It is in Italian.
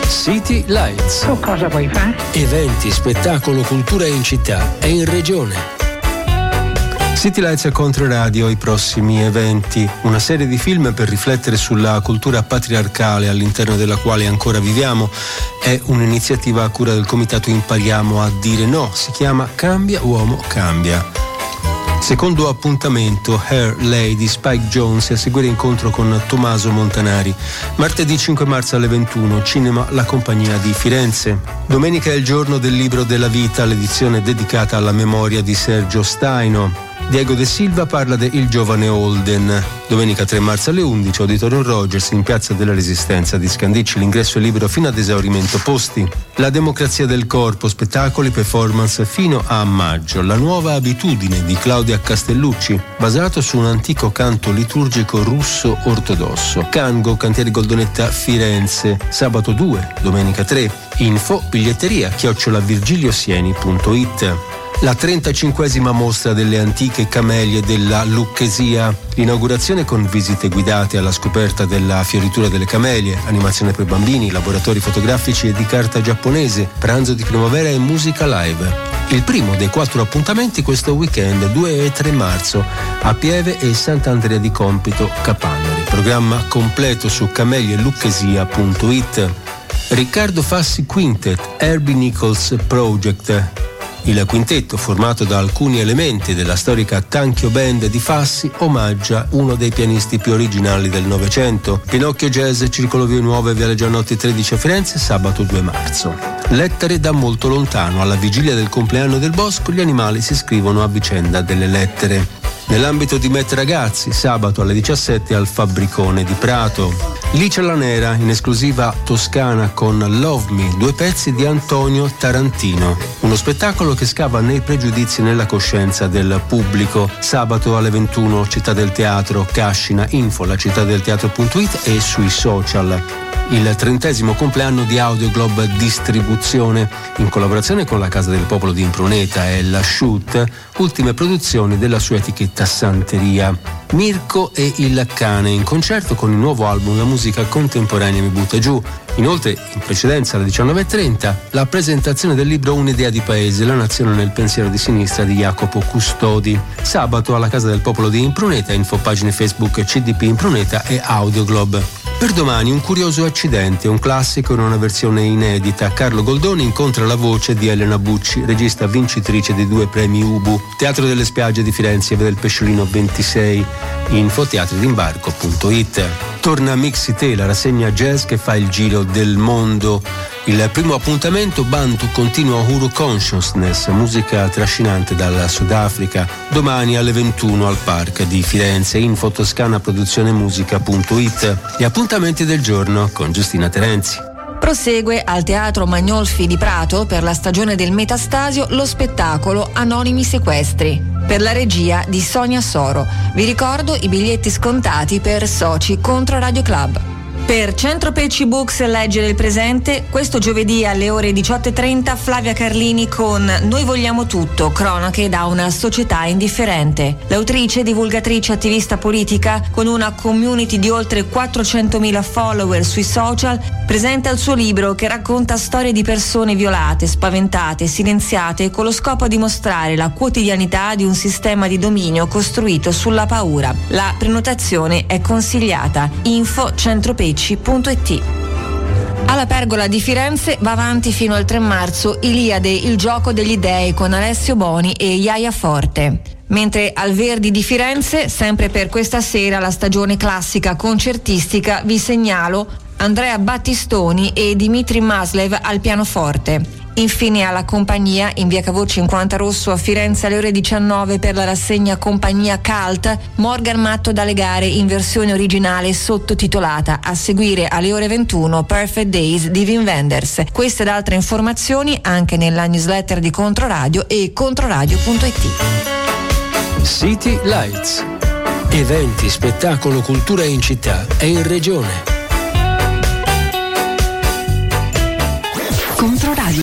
City Lights. Cosa vuoi fare? Eventi, spettacolo, cultura in città e in regione. City Lights a Controradio, i prossimi eventi, una serie di film per riflettere sulla cultura patriarcale all'interno della quale ancora viviamo, è un'iniziativa a cura del comitato Impariamo a dire no, si chiama Cambia Uomo Cambia. Secondo appuntamento, Hair Lady, Spike Jonze a seguire incontro con Tommaso Montanari. Martedì 5 marzo alle 21, Cinema La Compagnia di Firenze. Domenica è il giorno del libro della vita, l'edizione dedicata alla memoria di Sergio Staino. Diego De Silva parla de Il giovane Holden. Domenica 3 marzo alle 11, Auditorium Rogers in Piazza della Resistenza di Scandicci. L'ingresso è libero fino ad esaurimento posti. La democrazia del corpo, spettacoli, performance fino a maggio. La nuova abitudine di Claudia Castellucci, basato su un antico canto liturgico russo ortodosso. Cango, Cantieri Goldonetta, Firenze, sabato 2, domenica 3. Info, biglietteria, @virgiliosieni.it. La 35esima mostra delle antiche camelie della Lucchesia. L'inaugurazione con visite guidate alla scoperta della fioritura delle camelie, animazione per bambini, laboratori fotografici e di carta giapponese, pranzo di primavera e musica live. Il primo dei 4 appuntamenti questo weekend, 2 e 3 marzo, a Pieve e Sant'Andrea di Compito, Capagnoli. Programma completo su camelielucchesia.it. Riccardo Fassi Quintet, Herbie Nichols Project. Il quintetto, formato da alcuni elementi della storica Tanchio Band di Fassi, omaggia uno dei pianisti più originali del Novecento. Pinocchio Jazz, Circolo Vie Nuove, Viale Giannotti 13 a Firenze, sabato 2 marzo. Lettere da molto lontano. Alla vigilia del compleanno del bosco, gli animali si scrivono a vicenda delle lettere. Nell'ambito di Met Ragazzi, sabato alle 17 al Fabbricone di Prato. Licia la Nera, in esclusiva toscana con Love Me, 2 pezzi di Antonio Tarantino. Uno spettacolo che scava nei pregiudizi e nella coscienza del pubblico. Sabato alle 21, Città del Teatro, Cascina, info lacittadelteatro.it e sui social. Il 30° compleanno di Audioglobe Distribuzione, in collaborazione con la Casa del Popolo di Impruneta e la Shoot, ultime produzioni della sua etichetta Santeria. Mirko e il cane, in concerto con il nuovo album La musica contemporanea mi butta giù. Inoltre, in precedenza alle 19.30, la presentazione del libro Un'idea di paese, la nazione nel pensiero di sinistra di Jacopo Custodi. Sabato alla Casa del Popolo di Impruneta, info pagine Facebook CDP Impruneta e Audioglobe. Per domani un curioso accidente, un classico in una versione inedita. Carlo Goldoni incontra la voce di Elena Bucci, regista vincitrice di 2 premi Ubu. Teatro delle Spiagge di Firenze, via del Pesciolino 26, info teatrodimbarco.it. Torna Mixite, la rassegna jazz che fa il giro del mondo. Il primo appuntamento, Bantu continua Huru Consciousness, musica trascinante dal Sudafrica, domani alle 21 al Park di Firenze, info toscanaproduzionemusica.it. Gli appuntamenti del giorno con Giustina Terenzi. Prosegue al Teatro Magnolfi di Prato, per la stagione del Metastasio, lo spettacolo Anonimi Sequestri, per la regia di Sonia Soro. Vi ricordo i biglietti scontati per soci contro Radio Club. Per Centro Pecci Books, leggere il presente, questo giovedì alle ore 18.30 Flavia Carlini con Noi vogliamo tutto, cronache da una società indifferente. L'autrice, divulgatrice, attivista politica, con una community di oltre 400.000 follower sui social, presenta il suo libro che racconta storie di persone violate, spaventate, silenziate, con lo scopo di mostrare la quotidianità di un sistema di dominio costruito sulla paura. La prenotazione è consigliata. Info centropecci.it. Alla Pergola di Firenze va avanti fino al 3 marzo Iliade, il gioco degli dei con Alessio Boni e Iaia Forte. Mentre al Verdi di Firenze, sempre per questa sera, la stagione classica concertistica, vi segnalo Andrea Battistoni e Dimitri Maslev al pianoforte. Infine alla Compagnia, in via Cavour 50 Rosso a Firenze alle ore 19 per la rassegna Compagnia Cult, Morgan Matto da legare in versione originale sottotitolata. A seguire alle ore 21 Perfect Days di Wim Wenders. Queste ed altre informazioni anche nella newsletter di Controradio e controradio.it. City Lights. Eventi, spettacolo, cultura in città e in regione. Controradio.